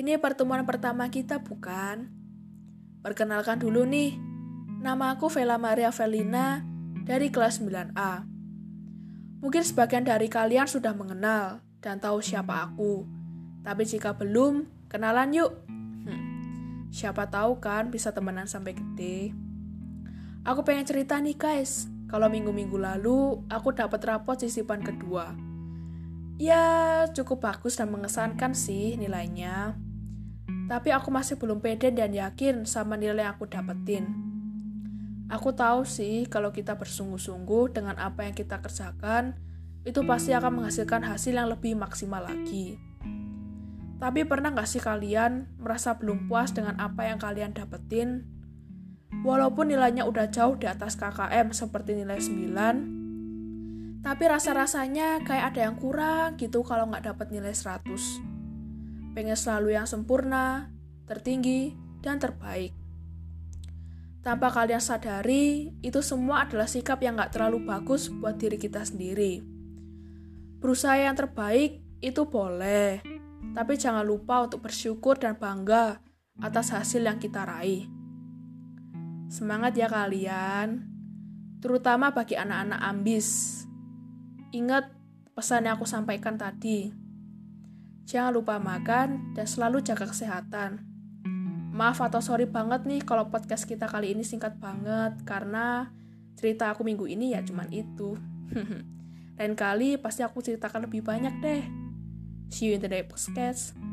Ini pertemuan pertama kita, bukan? Perkenalkan dulu nih, nama aku Vela Maria Velina dari kelas 9A. Mungkin sebagian dari kalian sudah mengenal dan tahu siapa aku. Tapi jika belum, kenalan yuk. Siapa tahu kan bisa temenan sampai gede. Aku pengen cerita nih guys, kalau minggu-minggu lalu aku dapat rapot sisipan kedua. Ya, cukup bagus dan mengesankan sih nilainya. Tapi aku masih belum pede dan yakin sama nilai yang aku dapetin. Aku tahu sih kalau kita bersungguh-sungguh dengan apa yang kita kerjakan, itu pasti akan menghasilkan hasil yang lebih maksimal lagi. Tapi pernah gak sih kalian merasa belum puas dengan apa yang kalian dapetin? Walaupun nilainya udah jauh di atas KKM seperti nilai 9, tapi rasa-rasanya kayak ada yang kurang gitu kalau gak dapet nilai 100. Pengen selalu yang sempurna, tertinggi, dan terbaik. Tanpa kalian sadari, itu semua adalah sikap yang gak terlalu bagus buat diri kita sendiri. Berusaha yang terbaik itu boleh, tapi jangan lupa untuk bersyukur dan bangga atas hasil yang kita raih. Semangat ya kalian, terutama bagi anak-anak ambis. Ingat pesan yang aku sampaikan tadi. Jangan lupa makan dan selalu jaga kesehatan. Maaf atau sorry banget nih kalau podcast kita kali ini singkat banget, karena cerita aku minggu ini ya cuman itu. Lain kali pasti aku ceritakan lebih banyak deh. See you in the next podcast.